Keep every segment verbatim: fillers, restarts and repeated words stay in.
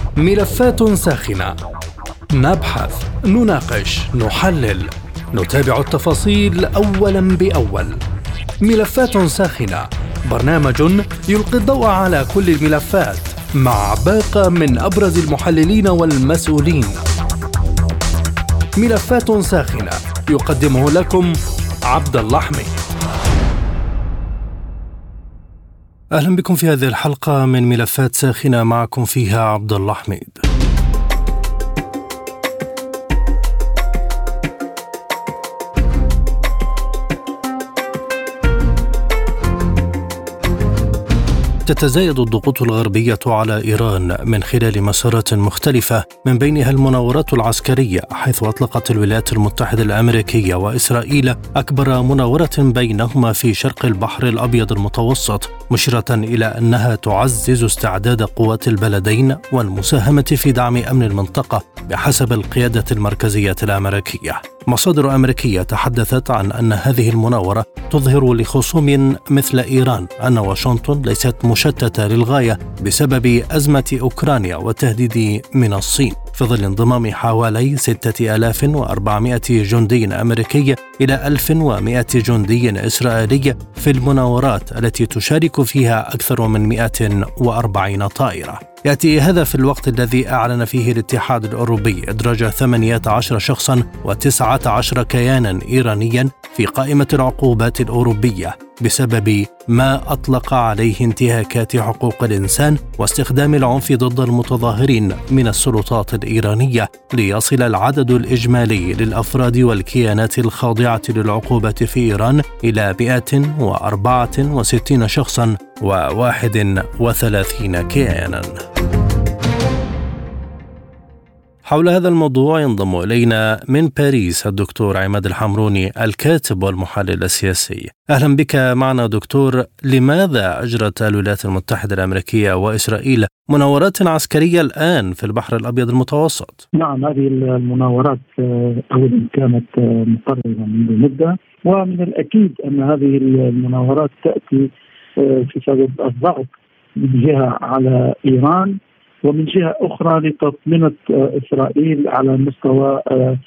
ملفات ساخنة، نبحث، نناقش، نحلل، نتابع التفاصيل أولا بأول. ملفات ساخنة، برنامج يلقي الضوء على كل الملفات مع باقة من أبرز المحللين والمسؤولين. ملفات ساخنة يقدمه لكم عبد الله حميد. أهلا بكم في هذه الحلقة من ملفات ساخنة، معكم فيها عبد الله حميد. تتزايد الضغوط الغربية على إيران من خلال مسارات مختلفة، من بينها المناورات العسكرية، حيث أطلقت الولايات المتحدة الأمريكية وإسرائيل أكبر مناورة بينهما في شرق البحر الأبيض المتوسط، مشيرة إلى أنها تعزز استعداد قوات البلدين والمساهمة في دعم أمن المنطقة بحسب القيادة المركزية الأمريكية. مصادر أمريكية تحدثت عن أن هذه المناورة تظهر لخصوم مثل إيران أن واشنطن ليست مشتتة للغاية بسبب أزمة أوكرانيا والتهديد من الصين، في ظل انضمام حوالي ستة آلاف وأربعمائة جندي أمريكي إلى ألف ومائة جندي إسرائيلي في المناورات التي تشارك فيها أكثر من مائة وأربعين طائرة. يأتي هذا في الوقت الذي أعلن فيه الاتحاد الأوروبي إدراج ثمانية عشر شخصا وتسعة عشر كيانا إيرانيا في قائمة العقوبات الأوروبية بسبب ما أطلق عليه انتهاكات حقوق الإنسان واستخدام العنف ضد المتظاهرين من السلطات الإيرانية، ليصل العدد الإجمالي للأفراد والكيانات الخاضعة للعقوبة في إيران إلى مائة وأربعة وستين شخصا وواحد وثلاثين كيانا. حول هذا الموضوع ينضم إلينا من باريس الدكتور عماد الحمروني، الكاتب والمحلل السياسي. أهلا بك معنا دكتور. لماذا أجرت الولايات المتحدة الأمريكية وإسرائيل مناورات عسكرية الآن في البحر الأبيض المتوسط؟ نعم، هذه المناورات أولا كانت مقررة منذ مدة، ومن الأكيد أن هذه المناورات تأتي في سبب الضغط من جهة على إيران ومن جهة أخرى لتطمئنة إسرائيل على مستوى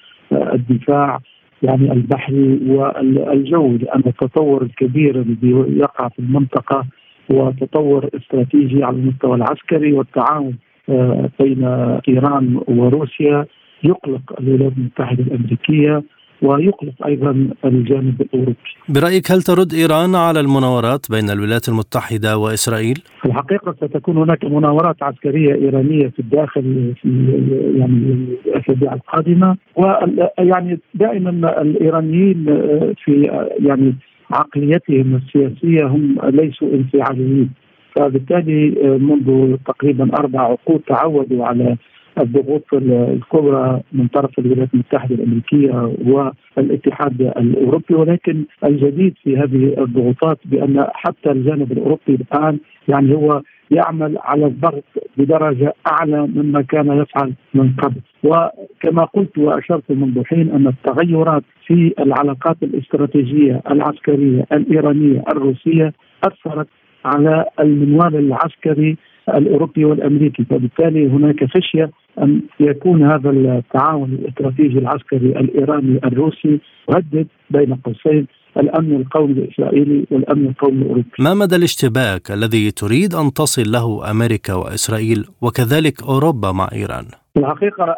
الدفاع يعني البحري والجوي، لأن التطور الكبير الذي يقع في المنطقة وتطور استراتيجي على المستوى العسكري والتعاون بين إيران وروسيا يقلق الولايات المتحدة الأمريكية ويقلق أيضا الجانب الأوروبي. برأيك هل ترد إيران على المناورات بين الولايات المتحدة وإسرائيل؟ في الحقيقة ستكون هناك مناورات عسكرية إيرانية في الداخل في يعني الأسابيع القادمة، ويعني دائما الإيرانيين في يعني عقليتهم السياسية هم ليسوا انفعاليين، فبالتالي منذ تقريبا أربع عقود تعودوا على الضغوط الكبرى من طرف الولايات المتحدة الأمريكية والاتحاد الأوروبي. ولكن الجديد في هذه الضغوطات بأن حتى الجانب الأوروبي الآن يعني هو يعمل على الضغط بدرجة أعلى مما كان يفعل من قبل. وكما قلت وأشرت منذ حين أن التغيرات في العلاقات الاستراتيجية العسكرية الإيرانية الروسية أثرت على المنوال العسكري الأوروبي والأمريكي، فبالتالي هناك خشية أن يكون هذا التعاون الاستراتيجي العسكري الإيراني الروسي يهدد بين قوسين الأمن القومي الإسرائيلي والأمن القومي الأوروبي. ما مدى الاشتباك الذي تريد أن تصل له أمريكا وإسرائيل وكذلك أوروبا مع إيران؟ في الحقيقة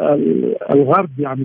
الغرب يعني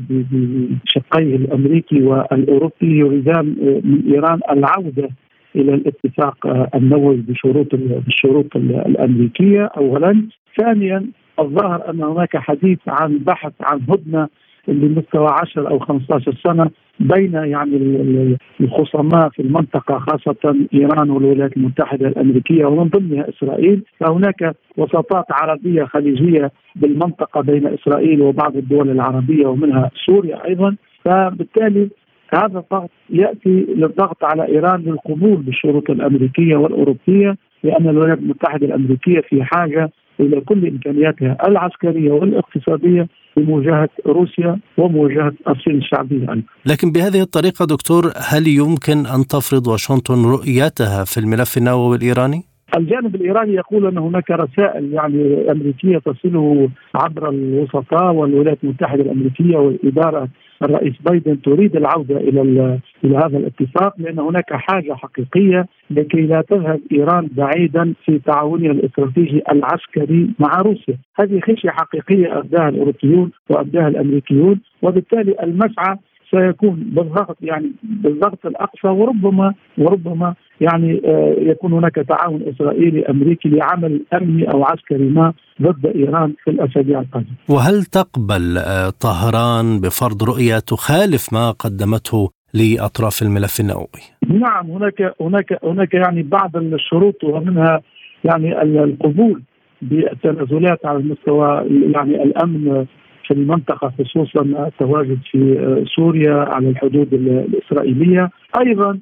بشقيه الأمريكي والأوروبي يريدان من إيران العودة إلى الاتفاق النووي بشروط بالشروط الأمريكية أولا. ثانيا الظاهر أن هناك حديث عن بحث عن هدنة لمستوى عشر أو خمسة عشر سنة بين يعني الخصماء في المنطقة، خاصة إيران والولايات المتحدة الأمريكية ومن ضمنها إسرائيل. فهناك وساطات عربية خليجية بالمنطقة بين إسرائيل وبعض الدول العربية ومنها سوريا أيضا، فبالتالي هذا الضغط يأتي للضغط على إيران للقبول بالشروط الأمريكية والأوروبية، لأن الولايات المتحدة الأمريكية في حاجة إلى كل إمكانياتها العسكرية والاقتصادية لمواجهة روسيا ومواجهة الصين الشعبية. لكن بهذه الطريقة دكتور، هل يمكن أن تفرض واشنطن رؤيتها في الملف النووي الإيراني؟ الجانب الإيراني يقول أن هناك رسائل يعني أمريكية تصله عبر الوسطاء والولايات المتحدة الأمريكية والإدارة الرئيس بايدن تريد العودة إلى إلى هذا الاتفاق، لأن هناك حاجة حقيقية لكي لا تذهب إيران بعيدا في تعاونها الاستراتيجي العسكري مع روسيا. هذه خشية حقيقية أبداها الأوروبيون وأبداها الأمريكيون، وبالتالي المسعى سيكون بالضغط يعني بالضغط الأقصى، وربما وربما يعني يكون هناك تعاون إسرائيلي أمريكي لعمل أمني أو عسكري ما ضد إيران في الأسابيع القادمة. وهل تقبل طهران بفرض رؤية تخالف ما قدمته لأطراف الملف النووي؟ نعم، هناك هناك هناك يعني بعض الشروط، ومنها يعني القبول بالتنازلات على المستوى يعني الأمن في المنطقة، خصوصا التواجد في سوريا على الحدود الإسرائيلية. أيضا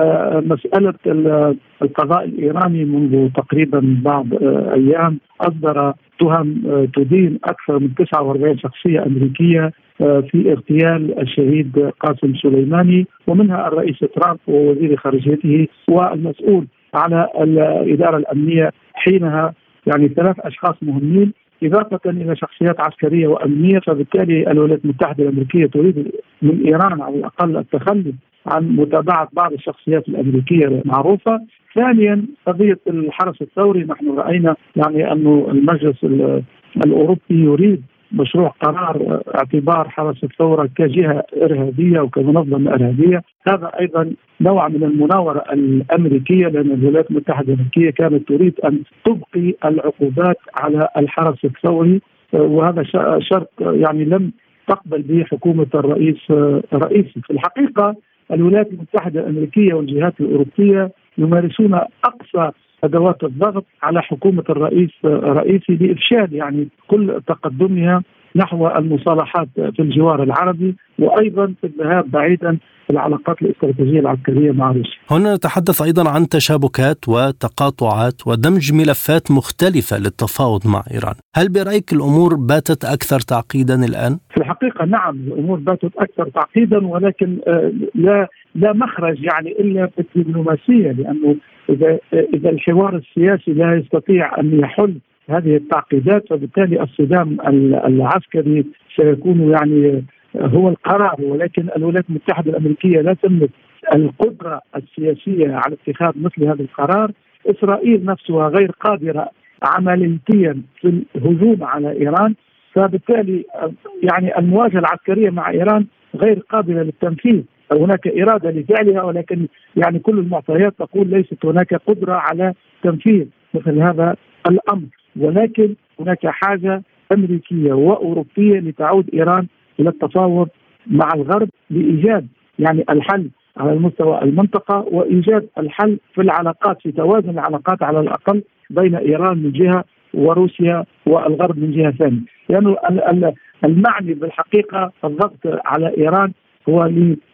مسألة القضاء الإيراني منذ تقريبا بعض أيام أصدر تهم تدين أكثر من تسعة وأربعين شخصية أمريكية في اغتيال الشهيد قاسم سليماني، ومنها الرئيس ترامب ووزير خارجيته والمسؤول على الإدارة الأمنية حينها، يعني ثلاث أشخاص مهمين إضافة إلى شخصيات عسكرية وأمنية. فبالتالي الولايات المتحدة الأمريكية تريد من إيران على الأقل التخلي عن متابعة بعض الشخصيات الأمريكية المعروفة. ثانيا قضية الحرس الثوري، نحن رأينا يعني أنه المجلس الأوروبي يريد مشروع قرار اعتبار حرس الثورة كجهة إرهابية وكمنظمة إرهابية. هذا أيضا نوع من المناورة الأمريكية، لأن الولايات المتحدة الأمريكية كانت تريد أن تبقي العقوبات على الحرس الثوري، وهذا شرط يعني لم تقبل به حكومة الرئيس الرئيسي. في الحقيقة الولايات المتحدة الأمريكية والجهات الأوروبية يمارسون أقصى أدوات الضغط على حكومة الرئيس الرئيسي لإفشال يعني كل تقدمها نحو المصالحات في الجوار العربي، وأيضا في الذهاب بعيدا في العلاقات الاستراتيجية العسكرية مع روسيا. هنا نتحدث أيضا عن تشابكات وتقاطعات ودمج ملفات مختلفة للتفاوض مع إيران. هل برأيك الأمور باتت أكثر تعقيدا الآن؟ في الحقيقة نعم، الأمور باتت أكثر تعقيدا، ولكن لا لا مخرج يعني إلا بالدبلوماسية، لأنه إذا إذا الحوار السياسي لا يستطيع أن يحل هذه التعقيدات، فبالتالي الصدام العسكري سيكون يعني هو القرار. ولكن الولايات المتحدة الأمريكية لا تملك القدرة السياسية على اتخاذ مثل هذا القرار. إسرائيل نفسها غير قادرة عمليا في الهجوم على إيران، فبالتالي يعني المواجهة العسكرية مع إيران غير قابلة للتنفيذ. هناك إرادة لفعلها، ولكن يعني كل المعطيات تقول ليست هناك قدرة على تنفيذ مثل هذا الأمر. ولكن هناك حاجة أمريكية وأوروبية لتعود إيران إلى التفاوض مع الغرب لإيجاد يعني الحل على المستوى المنطقة، وإيجاد الحل في العلاقات، في توازن العلاقات على الأقل بين إيران من جهة وروسيا والغرب من جهة ثانية. لأنه يعني المعني بالحقيقة الضغط على إيران هو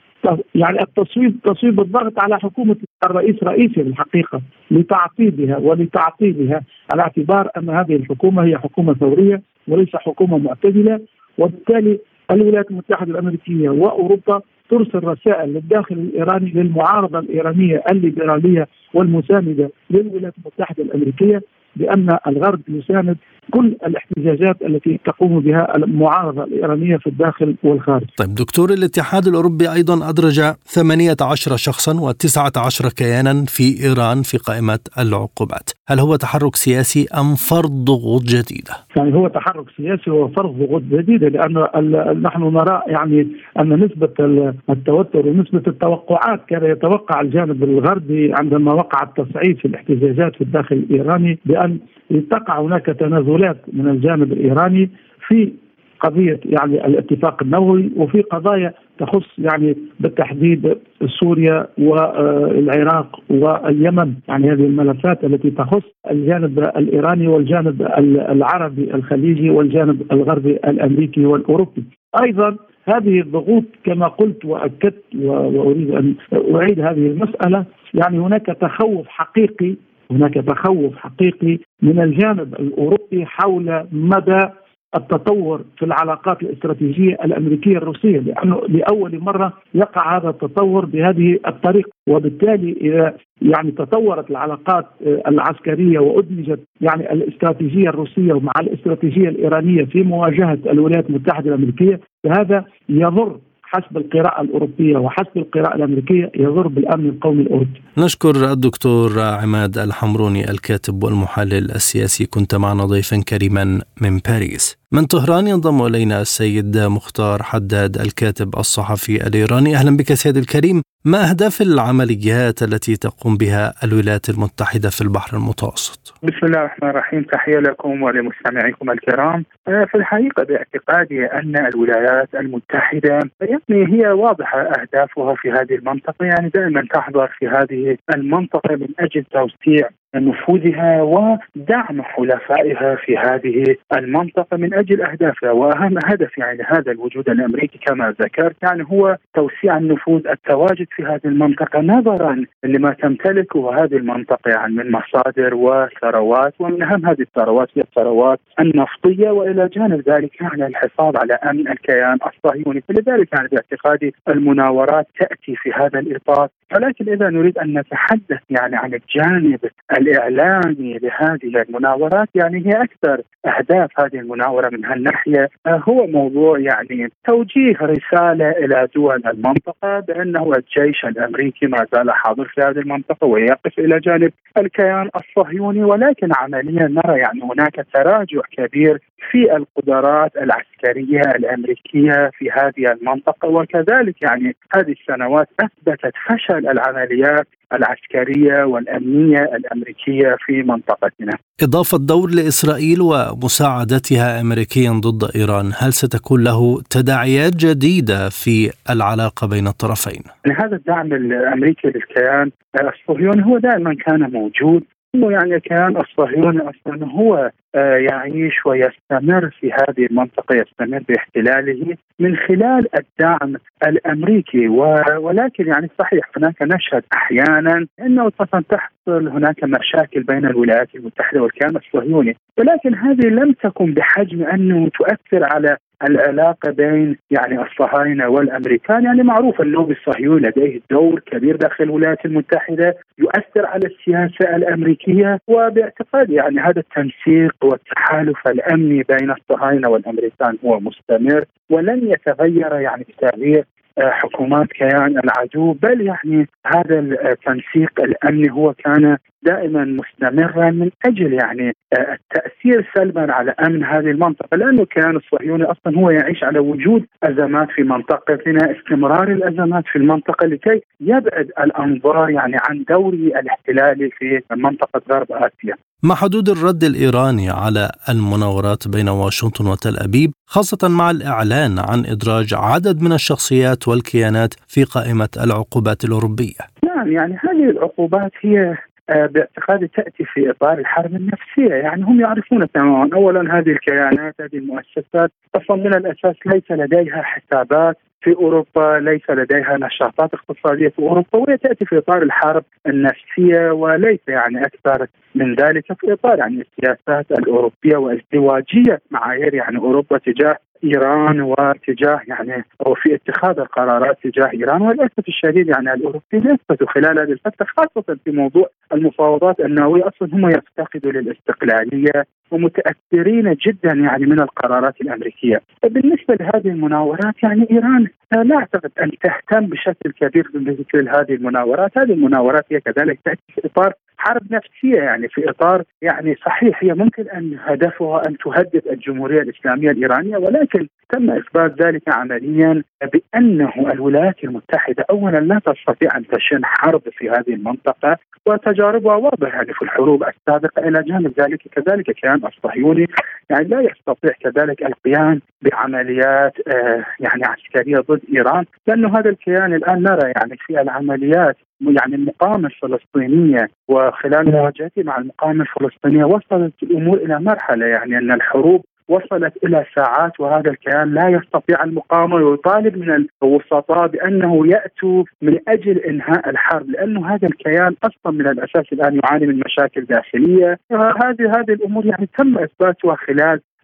يعني التصويب تصويب الضغط على حكومة الرئيس الرئيسي بالحقيقة لتعطيبها ولتعطيلها، على اعتبار أن هذه الحكومة هي حكومة ثورية وليس حكومة معتدلة. وبالتالي الولايات المتحدة الأمريكية وأوروبا ترسل رسائل للداخل الإيراني للمعارضة الإيرانية الليبرالية والمساندة للولايات المتحدة الأمريكية بأن الغرب يساند كل الاحتجاجات التي تقوم بها المعارضة الإيرانية في الداخل والخارج. طيب دكتور، الاتحاد الأوروبي أيضا أدرج ثمانية عشر شخصا وتسعة عشر كيانا في إيران في قائمة العقوبات. هل هو تحرك سياسي أم فرض ضغوط جديدة؟ يعني هو تحرك سياسي وفرض ضغوط جديدة، لأن نحن نرى يعني أن نسبة التوتر ونسبة التوقعات كان يتوقع الجانب الغربي عندما وقع التصعيد في الاحتجاجات في الداخل الإيراني بأن تقع هناك تنازلات من الجانب الإيراني في قضية يعني الاتفاق النووي، وفي قضايا تخص يعني بالتحديد سوريا والعراق واليمن، يعني هذه الملفات التي تخص الجانب الإيراني والجانب العربي الخليجي والجانب الغربي الأمريكي والأوروبي. أيضا هذه الضغوط كما قلت وأكدت وأريد أن أعيد هذه المسألة، يعني هناك تخوف حقيقي هناك تخوف حقيقي من الجانب الأوروبي حول مدى التطور في العلاقات الاستراتيجية الأمريكية الروسية، لأنه لأول مرة يقع هذا التطور بهذه الطريقة. وبالتالي إذا يعني تطورت العلاقات العسكرية وأدمجت يعني الاستراتيجية الروسية مع الاستراتيجية الإيرانية في مواجهة الولايات المتحدة الأمريكية، فهذا يضر حسب القراءة الأوروبية وحسب القراءة الأمريكية يضر بالأمن القومي الأوروبي. نشكر الدكتور عماد الحمروني الكاتب والمحلل السياسي، كنت معنا ضيفا كريما من باريس. من طهران ينضم إلينا السيد مختار حداد الكاتب الصحفي الإيراني. أهلا بك سيد الكريم. ما أهداف العمليات التي تقوم بها الولايات المتحدة في البحر المتوسط؟ بسم الله الرحمن الرحيم، تحية لكم ولمستمعيكم الكرام. في الحقيقة باعتقادي أن الولايات المتحدة يعني هي واضحة أهدافها في هذه المنطقة، يعني دائما تحضر في هذه المنطقة من أجل توسيع نفوذها ودعم حلفائها في هذه المنطقة من أجل أهدافها. وأهم هدف يعني هذا الوجود الأمريكي كما ذكرت يعني هو توسيع النفوذ، التواجد في هذه المنطقة نظرا لما تمتلكه هذه المنطقة يعني من مصادر وثروات، ومن أهم هذه الثروات هي الثروات النفطية، وإلى جانب ذلك يعني الحفاظ على أمن الكيان الصهيوني. فلذلك يعني باعتقادي المناورات تأتي في هذا الإطار. ولكن إذا نريد أن نتحدث يعني عن الجانب الإعلامي لهذه المناورات، يعني هي أكثر أهداف هذه المناورة من هالناحية هو موضوع يعني توجيه رسالة إلى دول المنطقة بأنه الجيش الأمريكي ما زال حاضر في هذه المنطقة ويقف إلى جانب الكيان الصهيوني. ولكن عمليا نرى يعني هناك تراجع كبير في القدرات العسكرية الأمريكية في هذه المنطقة، وكذلك يعني هذه السنوات أثبتت فشل العمليات العسكرية والأمنية الأمريكية في منطقتنا. إضافة دور لإسرائيل ومساعدتها أمريكيا ضد إيران، هل ستكون له تداعيات جديدة في العلاقة بين الطرفين؟ هذا الدعم الأمريكي للكيان الصهيوني هو دائما كان موجود، يعني الكيان الصهيوني أصلا هو يعيش ويستمر في هذه المنطقة، يستمر باحتلاله من خلال الدعم الأمريكي. ولكن يعني صحيح هناك نشهد أحيانا أنه تحصل هناك مشاكل بين الولايات المتحدة والكيان الصهيوني، ولكن هذه لم تكن بحجم أنه تؤثر على العلاقة بين يعني الصهاينة والأمريكان. يعني معروف اللوبي الصهيوني لديه دور كبير داخل الولايات المتحدة يؤثر على السياسة الأمريكية، وباعتقادي يعني هذا التنسيق والتحالف الأمني بين الصهاينة والأمريكان هو مستمر ولن يتغير يعني بتغيير حكومات كيان العدو، بل يعني هذا التنسيق الأمني هو كان دائما مستمرا من أجل يعني التأثير سلبا على أمن هذه المنطقة، لأنه الكيان الصهيوني أصلا هو يعيش على وجود أزمات في منطقتنا، استمرار الأزمات في المنطقة لكي يبعد الأنظار يعني عن دوره الاحتلالي في منطقة غرب آسيا. مع حدود الرد الإيراني على المناورات بين واشنطن وتل أبيب، خاصة مع الإعلان عن إدراج عدد من الشخصيات والكيانات في قائمة العقوبات الأوروبية. نعم، يعني هذه العقوبات هي باعتقادي تأتي في إطار الحرب النفسية. يعني هم يعرفون تماما أولا هذه الكيانات هذه المؤسسات أصلا من الأساس ليس لديها حسابات في أوروبا، ليس لديها نشاطات اقتصادية في أوروبا، وهي تأتي في إطار الحرب النفسية وليس يعني أكثر من ذلك في إطار يعني السياسات الأوروبية وازدواجية معايير يعني أوروبا تجاه إيران وتجاه يعني أو في اتخاذ القرارات تجاه إيران. وللأسف الشديد يعني الأوروبيين يثبتوا خلال هذه الفترة خاصة في موضوع المفاوضات النووية أصلا هم يفتقدوا للاستقلالية ومتأثرين جدا يعني من القرارات الأمريكية. بالنسبة لهذه المناورات يعني إيران لا أعتقد أن تهتم بشكل كبير بمثل هذه المناورات. هذه المناورات هي كذلك تأتي في إطار حرب نفسية، يعني في إطار يعني صحيح هي ممكن أن هدفها أن تهدد الجمهورية الإسلامية الإيرانية، ولكن تم إثبات ذلك عمليا بأنه الولايات المتحدة أولا لا تستطيع أن تشن حرب في هذه المنطقة، وتجاربها واضحة يعني في الحروب السابقة. إلى جانب ذلك كذلك الكيان الصهيوني يعني لا يستطيع كذلك القيام بعمليات آه يعني عسكرية ضد إيران، لأنه هذا الكيان الآن نرى يعني في العمليات يعني المقاومة الفلسطينية وخلال مواجهته مع المقاومة الفلسطينية وصلت الأمور إلى مرحلة يعني أن الحروب وصلت إلى ساعات، وهذا الكيان لا يستطيع المقاومة ويطالب من الوسطاء بأنه يأتوا من أجل إنهاء الحرب، لأنه هذا الكيان أصلا من الأساس الآن يعاني من مشاكل داخلية. هذه هذه الأمور يعني تم إثباتها خلال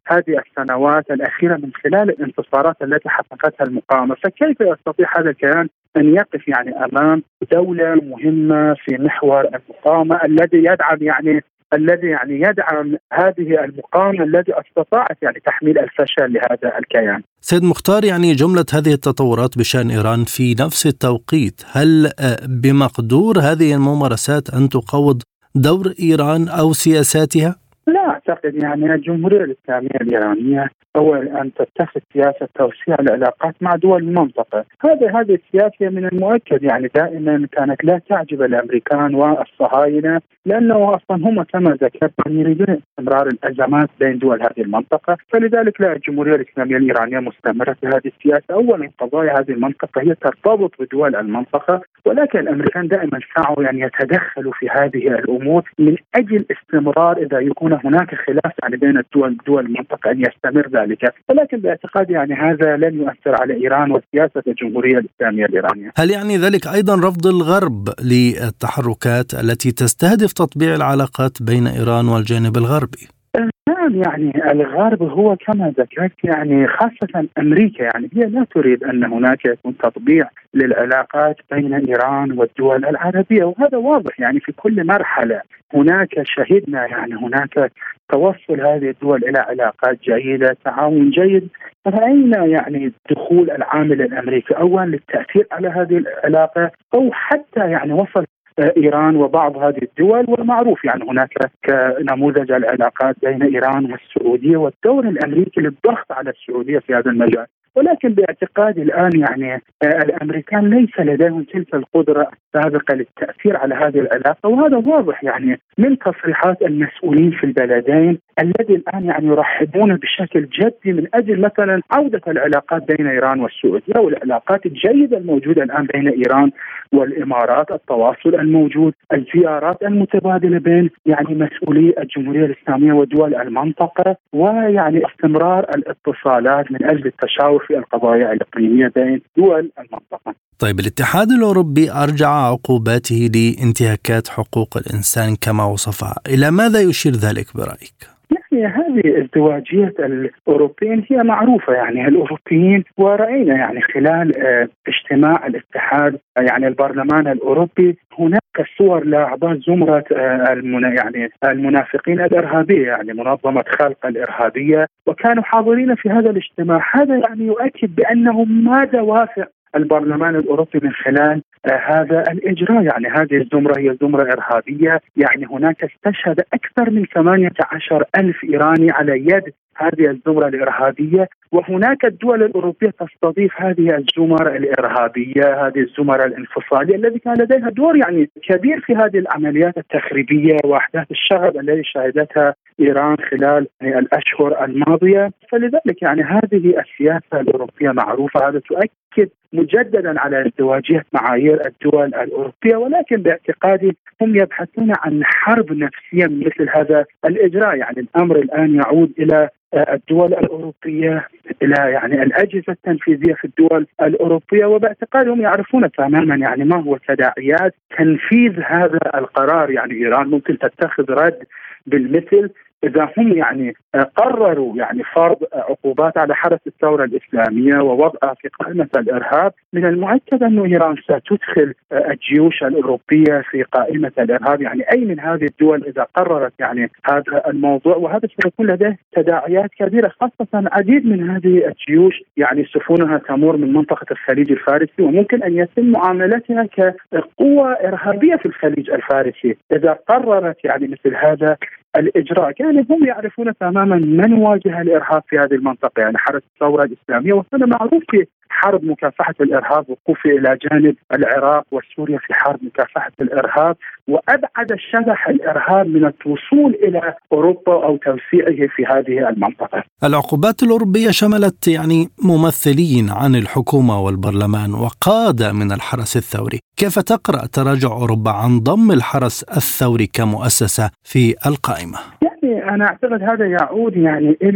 هذه السنوات الأخيرة من خلال الانتصارات التي حققتها المقاومة. فكيف يستطيع هذا الكيان أن يقف يعني أمام دولة مهمة في محور المقاومة الذي يدعم يعني الذي يعني يدعم هذه المقاومة التي استطاعت يعني تحميل الفشل لهذا الكيان. سيد مختار، يعني جملة هذه التطورات بشأن إيران في نفس التوقيت، هل بمقدور هذه الممارسات أن تقوض دور إيران أو سياساتها؟ لا أعتقد. يعني الجمهورية الإسلامية الإيرانية أول أن تتخذ سياسة توسيع العلاقات مع دول المنطقة. هذا هذه السياسة من المؤكد يعني دائما كانت لا تعجب الأمريكان والصهاينة، لأنه أصلا هم كما ذكرت يريدون استمرار الأزمات بين دول هذه المنطقة. فلذلك لا، الجمهورية الإسلامية الإيرانية مستمرة في هذه السياسة. أولا قضايا هذه المنطقة هي ترتبط بدول المنطقة، ولكن الأمريكان دائما سعوا يعني يتدخلوا في هذه الأمور من أجل استمرار إذا يكون هناك خلاف يعني بين الدول دول المنطقة أن يستمر ذلك. ولكن باعتقادي يعني هذا لن يؤثر على إيران وسياسة الجمهورية الإسلامية الإيرانية. هل يعني ذلك أيضا رفض الغرب للتحركات التي تستهدف تطبيع العلاقات بين إيران والجانب الغربي؟ نعم، يعني الغرب هو كما ذكرت يعني خاصة أمريكا يعني هي لا تريد أن هناك يكون تطبيع للعلاقات بين إيران والدول العربية، وهذا واضح يعني في كل مرحلة هناك شهدنا يعني هناك توصل هذه الدول إلى علاقات جيدة، تعاون جيد. رأينا يعني دخول العامل الأمريكي أولا للتأثير على هذه العلاقة، أو حتى يعني وصل إيران وبعض هذه الدول، ومعروف يعني هناك كنموذج العلاقات بين إيران والسعودية والدور الأمريكي للضغط على السعودية في هذا المجال. ولكن باعتقادي الآن يعني الأمريكان ليس لديهم تلك القدرة السابقة للتأثير على هذه العلاقة، وهذا واضح يعني من تصريحات المسؤولين في البلدين الذي الآن يعني يرحبون بشكل جدي من أجل مثلا عودة العلاقات بين إيران والسعودية والعلاقات الجيدة الموجودة الآن بين إيران والإمارات، التواصل الموجود، الزيارات المتبادلة بين يعني مسؤولي الجمهورية الإسلامية ودول المنطقة، ويعني استمرار الاتصالات من أجل التشاور في القضايا الإقليمية بين دول المنطقة. طيب، الاتحاد الأوروبي أرجع عقوباته لانتهاكات حقوق الإنسان كما وصفها، إلى ماذا يشير ذلك برأيك؟ يعني هذه ازدواجية الأوروبيين هي معروفة يعني الأوروبيين، ورأينا يعني خلال اه اجتماع الاتحاد يعني البرلمان الأوروبي هناك صور لأعضاء زمرة اه المنا يعني المنافقين الإرهابية يعني منظمة خلق الإرهابية، وكانوا حاضرين في هذا الاجتماع. هذا يعني يؤكد بأنه ما دوافع البرلمان الأوروبي من خلال آه هذا الإجراء. يعني هذه الزمرة هي زمرة إرهابية، يعني هناك استشهد أكثر من ثمانية عشر ألف إيراني على يد هذه الزمرة الإرهابية، وهناك الدول الأوروبية تستضيف هذه الزمر الإرهابية، هذه الزمر الانفصالية الذي كان لديها دور يعني كبير في هذه العمليات التخريبية وأحداث الشغب التي شهدتها إيران خلال يعني الأشهر الماضية. فلذلك يعني هذه السياسة الأوروبية معروفة، هذا تؤكد مجددا على ازدواجية معايير الدول الأوروبية. ولكن باعتقادي هم يبحثون عن حرب نفسية مثل هذا الإجراء. يعني الأمر الآن يعود إلى الدول الأوروبية، إلى يعني الأجهزة التنفيذية في الدول الأوروبية، وباعتقادهم يعرفون تماما يعني ما هو تداعيات تنفيذ هذا القرار. يعني إيران ممكن تتخذ رد بالمثل إذا هم يعني قرروا يعني فرض عقوبات على حرس الثورة الإسلامية ووضعها في قائمة الإرهاب. من المؤكد أن إيران ستدخل الجيوش الأوروبية في قائمة الإرهاب، يعني أي من هذه الدول إذا قررت يعني هذا الموضوع، وهذا سيكون لديه تداعيات كبيرة، خاصة عديد من هذه الجيوش يعني سفنها تمر من منطقة الخليج الفارسي، وممكن أن يتم معاملتها كقوة إرهابية في الخليج الفارسي إذا قررت يعني مثل هذا الإجراء. يعني هم يعرفون تماما من واجه الإرهاب في هذه المنطقة، يعني حرس الثورة الإسلامية، وهذا معروف في حرب مكافحة الإرهاب، وقوفه إلى جانب العراق وسوريا في حرب مكافحة الإرهاب، وأبعد الشبح الإرهاب من الوصول إلى أوروبا أو توسيعه في هذه المنطقة. العقوبات الأوروبية شملت يعني ممثلين عن الحكومة والبرلمان وقادة من الحرس الثوري. كيف تقرأ تراجع أوروبا عن ضم الحرس الثوري كمؤسسة في القائمة؟ يعني أنا أعتقد هذا يعود يعني إلى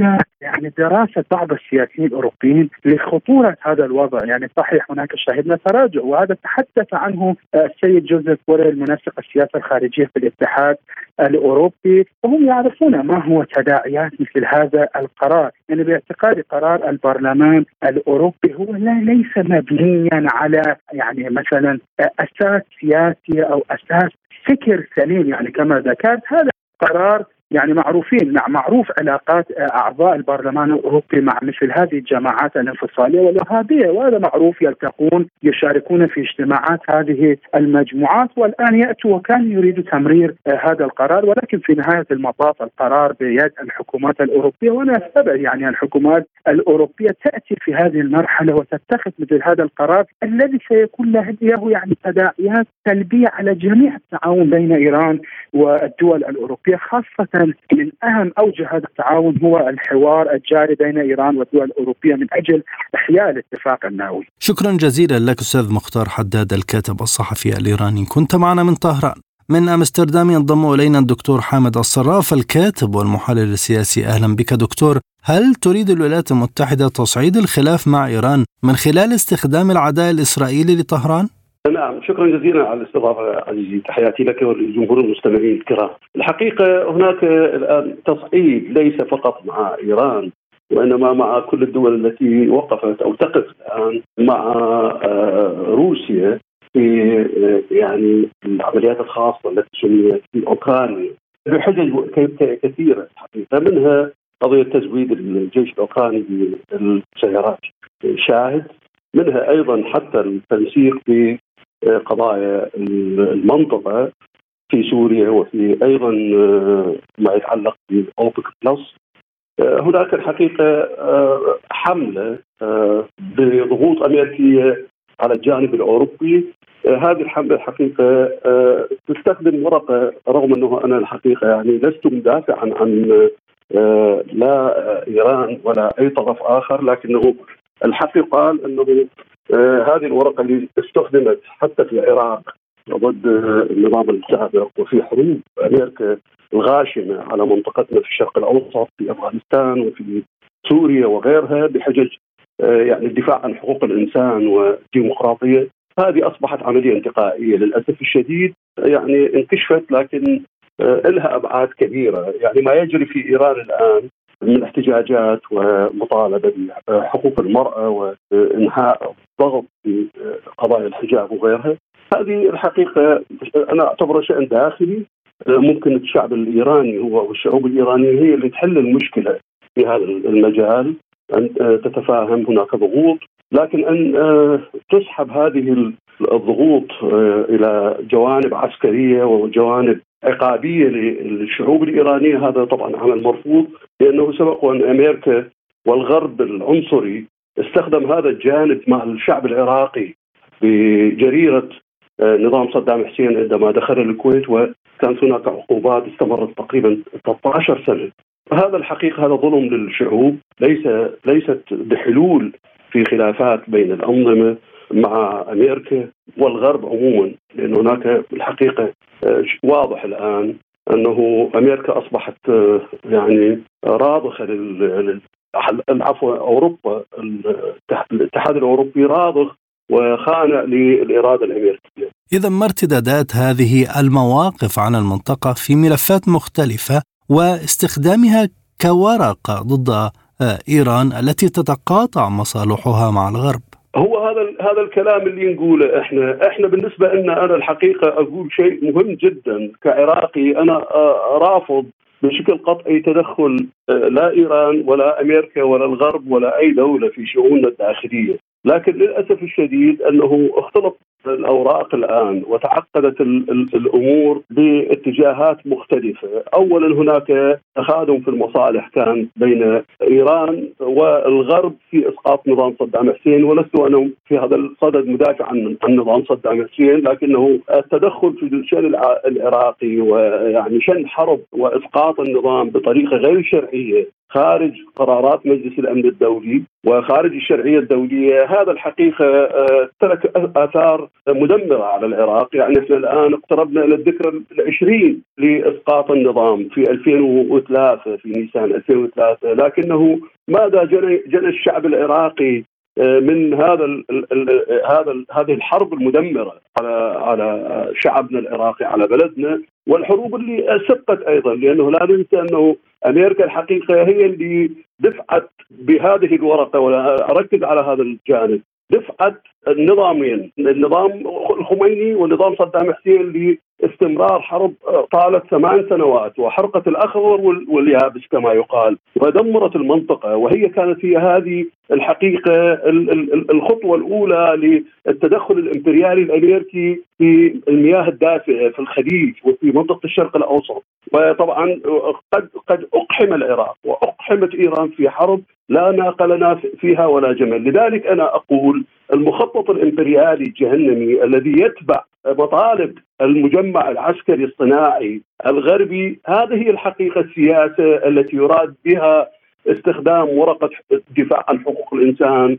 يعني دراسة بعض السياسيين الأوروبيين لخطورة هذا الوضع. يعني صحيح هناك شاهدنا تراجع، وهذا تحدث عنه السيد جوزيف بوريل المنسق السياسة الخارجية في الاتحاد الأوروبي، وهم يعرفون ما هو تداعيات مثل هذا القرار. يعني باعتقادي قرار البرلمان الأوروبي هو لا ليس مبنيا على يعني مثلا أساس سياسي أو أساس فكر سليم. يعني كما ذكرت هذا قرار يعني معروفين مع معروف علاقات أعضاء البرلمان الأوروبي مع مثل هذه الجماعات الانفصالية والإرهابية، وهذا معروف، يلتقون يشاركون في اجتماعات هذه المجموعات، والآن يأتوا وكان يريد تمرير هذا القرار، ولكن في نهاية المطاف القرار بيد الحكومات الأوروبية. وأنا أستبعد يعني الحكومات الأوروبية تأتي في هذه المرحلة وتتخذ مثل هذا القرار الذي سيكون له يعني تداعيات سلبية على جميع التعاون بين إيران والدول الأوروبية، خاصة من أهم أوجه هذا التعاون هو الحوار الجاري بين إيران والدول الأوروبية من أجل إحياء الاتفاق النووي. شكرا جزيلا لك أستاذ مختار حداد الكاتب الصحفي الإيراني، كنت معنا من طهران. من أمستردام ينضم إلينا الدكتور حامد الصراف الكاتب والمحلل السياسي. أهلا بك دكتور. هل تريد الولايات المتحدة تصعيد الخلاف مع إيران من خلال استخدام العداء الإسرائيلي لطهران؟ نعم، شكرا جزيلا على الاستضافة عزيزي، تحياتي لك ولجمهور المستمعين الكرام. الحقيقة هناك الآن تصعيد ليس فقط مع إيران وإنما مع كل الدول التي وقفت أو تقف الآن مع روسيا في يعني العمليات الخاصة التي سميت في أوكرانيا بحجج كثيرة الحقيقة، منها قضية تزويد الجيش الأوكراني بالسيارات شاهد، منها أيضا حتى التنسيق في قضايا المنطقة في سوريا، وفي أيضا ما يتعلق بأوبك بلس. هناك الحقيقة حملة بضغوط أمريكية على الجانب الأوروبي. هذه الحملة الحقيقة تستخدم ورقة، رغم أنه أنا الحقيقة يعني لست مدافعا عن لا إيران ولا أي طرف آخر، لكنه الحقيقة قال أنه هذه الورقة اللي استخدمت حتى في العراق ضد النظام السابق وفي حروب أمريكا الغاشمة على منطقتنا في الشرق الأوسط في أفغانستان وفي سوريا وغيرها بحجج يعني الدفاع عن حقوق الإنسان والديمقراطية، هذه أصبحت عملية انتقائية للأسف الشديد يعني انكشفت، لكن لها أبعاد كبيرة. يعني ما يجري في إيران الآن من احتجاجات ومطالبة بحقوق المرأة وإنهاء الضغط في قضايا الحجاب وغيرها، هذه الحقيقة أنا أعتبرها شأن داخلي. ممكن الشعب الإيراني هو والشعوب الإيرانية هي اللي تحل المشكلة في هذا المجال، أن تتفاهم هناك ضغوط، لكن أن تسحب هذه الضغوط إلى جوانب عسكرية وجوانب عقابية للشعوب الإيرانية، هذا طبعا عمل مرفوض، لأنه سبق وأن أمريكا والغرب العنصري استخدم هذا الجانب مع الشعب العراقي بجريرة نظام صدام حسين عندما دخل الكويت، وكانت هناك عقوبات استمرت تقريبا ثلاثة عشر سنة. هذا الحقيقة هذا ظلم للشعوب، ليس ليست بحلول في خلافات بين الأنظمة مع أمريكا والغرب عموما، لأن هناك الحقيقة واضح الآن أنه أمريكا أصبحت يعني راضخة لل العفو أوروبا، الاتحاد الأوروبي راضخ وخانع للإرادة الأمريكية. إذا ما ارتدادات هذه المواقف عن المنطقة في ملفات مختلفة واستخدامها كورقة ضد إيران التي تتقاطع مصالحها مع الغرب؟ هو هذا هذا الكلام اللي نقوله احنا احنا بالنسبه لنا، انا الحقيقه اقول شيء مهم جدا كعراقي، انا رافض بشكل قطعي تدخل لا ايران ولا امريكا ولا الغرب ولا اي دوله في شؤوننا الداخليه، لكن للاسف الشديد انه اختلط الأوراق الآن وتعقدت الأمور باتجاهات مختلفة. أولا هناك تخاذل في المصالح كان بين إيران والغرب في إسقاط نظام صدام حسين، ولست أنا في هذا الصدد مدافع عن عن نظام صدام حسين، لكنه التدخل في الشأن العراقي ويعني شن حرب وإسقاط النظام بطريقة غير شرعية خارج قرارات مجلس الأمن الدولي وخارج الشرعية الدولية. هذا الحقيقة ترك آثار مدمرة على العراق. يعني احنا الآن اقتربنا إلى الذكرى العشرين لإسقاط النظام في ألفين وثلاثة في نيسان ألفين وثلاثة، لكنه ماذا جنى جنى الشعب العراقي من هذا ال ال هذا ال هذه الحرب المدمرة على على شعبنا العراقي، على بلدنا، والحروب اللي سبقت أيضا. لأنه لا ننسى أنه أمريكا الحقيقة هي اللي دفعت بهذه الورقة، ولا أركز على هذا الجانب، دفعت النظامين، النظام الخميني والنظام صدام حسين، لاستمرار حرب طالت ثمان سنوات وحرقت الأخضر واليابس كما يقال، ودمرت المنطقة. وهي كانت هي هذه الحقيقة الخطوة الأولى للتدخل الإمبريالي الأمريكي في المياه الدافئة في الخليج وفي منطقة الشرق الأوسط. وطبعا قد قد أقحم العراق وأقحمت إيران في حرب لا ناق لنا فيها ولا جمل. لذلك أنا أقول المخطط الإمبريالي الجهنمي الذي يتبع مطالب المجمع العسكري الصناعي الغربي، هذه هي الحقيقة السياسة التي يراد بها استخدام ورقة الدفاع عن حقوق الإنسان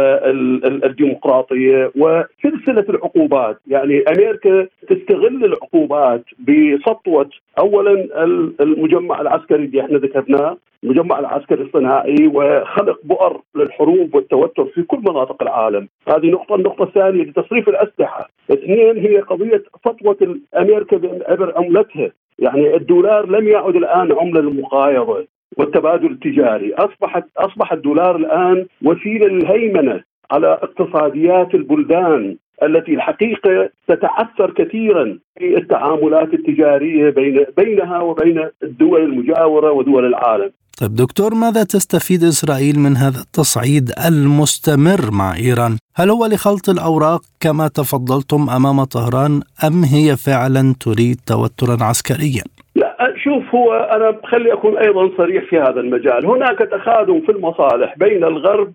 والديمقراطية وسلسلة العقوبات. يعني أمريكا تستغل العقوبات بسطوة أولا المجمع العسكري اللي احنا ذكرناه، المجمع العسكري الصناعي، وخلق بؤر للحروب والتوتر في كل مناطق العالم. هذه نقطة. النقطة الثانية لتصريف الأسلحة. اثنين هي قضية سطوة أمريكا عبر عملتها. يعني الدولار لم يعد الآن عملة للمقايضة والتبادل التجاري، أصبحت أصبح الدولار الآن وسيلة للهيمنة على اقتصاديات البلدان التي الحقيقة تتعثر كثيرا في التعاملات التجارية بين بينها وبين الدول المجاورة ودول العالم. طيب دكتور، ماذا تستفيد إسرائيل من هذا التصعيد المستمر مع إيران؟ هل هو لخلط الأوراق كما تفضلتم أمام طهران، أم هي فعلا تريد توترا عسكريا؟ لا، شوف، هو أنا خلي أكون أيضا صريح في هذا المجال. هناك تخاذل في المصالح بين الغرب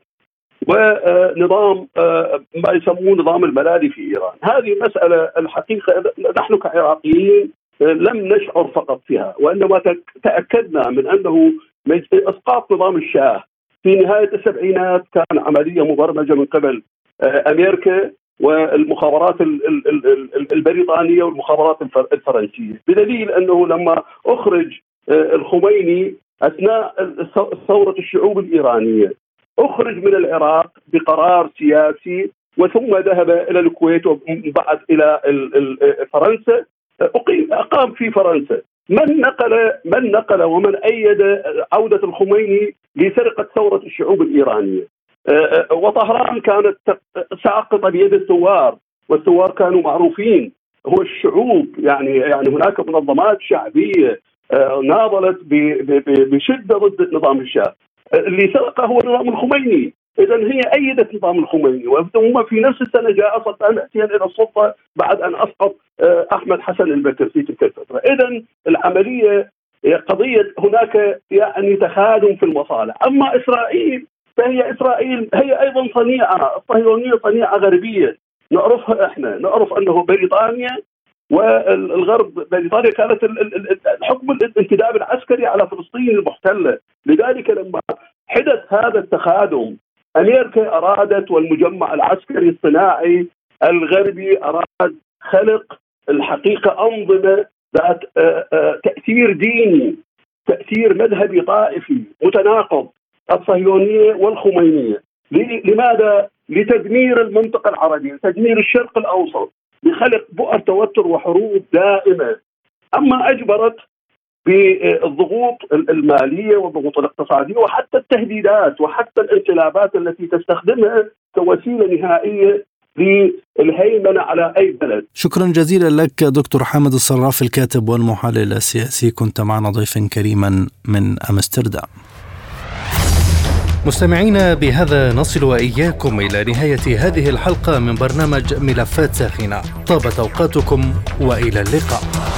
ونظام ما يسمونه نظام الملالي في إيران. هذه مسألة الحقيقة نحن كعراقيين لم نشعر فقط فيها، وإنما تأكدنا من أنه إسقاط نظام الشاه في نهاية السبعينات كان عملية مبرمجة من قبل أمريكا والمخابرات البريطانية والمخابرات الفرنسية، بدليل أنه لما أخرج الخميني أثناء ثورة الشعوب الإيرانية أخرج من العراق بقرار سياسي، وثم ذهب إلى الكويت وبعد إلى فرنسا، أقام في فرنسا. من نقل من نقل ومن أيد عودة الخميني لسرقة ثورة الشعوب الإيرانية. وطهران كانت ساقطة بيد الثوار، والثوار كانوا معروفين هو الشعوب. يعني يعني هناك منظمات شعبية ناضلت بشدة ضد نظام الشاه. اللي سرقه هو نظام الخميني. إذن هي أيدت نظام الخميني، وثم في نفس السنة جاء صدام حسين إلى السلطة بعد أن أسقط أحمد حسن البكر في تلك الفترة. إذن العملية قضية هناك يعني تخاذل في المصالح. أما إسرائيل فهي إسرائيل هي أيضا صنيعة الصهيونية، صنيعة غربية نعرفها إحنا، نعرف أنه بريطانيا والغرب، بريطانيا كانت الحكم الانتداب العسكري على فلسطين المحتلة. لذلك لما حدث هذا التخاذل أمريكا أرادت، والمجمع العسكري الصناعي الغربي أراد خلق الحقيقة أنظمة ذات تأثير ديني، تأثير مذهبي طائفي متناقض، الصهيونية والخمينية. لماذا؟ لتدمير المنطقة العربية، تدمير الشرق الأوسط، بخلق بؤر توتر وحروب دائمة. أما أجبرت بالضغوط المالية والضغوط الاقتصادية وحتى التهديدات وحتى الانقلابات التي تستخدمها كوسيلة نهائية للهيمنة على أي بلد. شكرا جزيلا لك دكتور حامد الصراف، الكاتب والمحلل السياسي، كنت معنا ضيفا كريما من أمستردام. مستمعينا، بهذا نصل وإياكم إلى نهاية هذه الحلقة من برنامج ملفات ساخنة. طابت أوقاتكم وإلى اللقاء.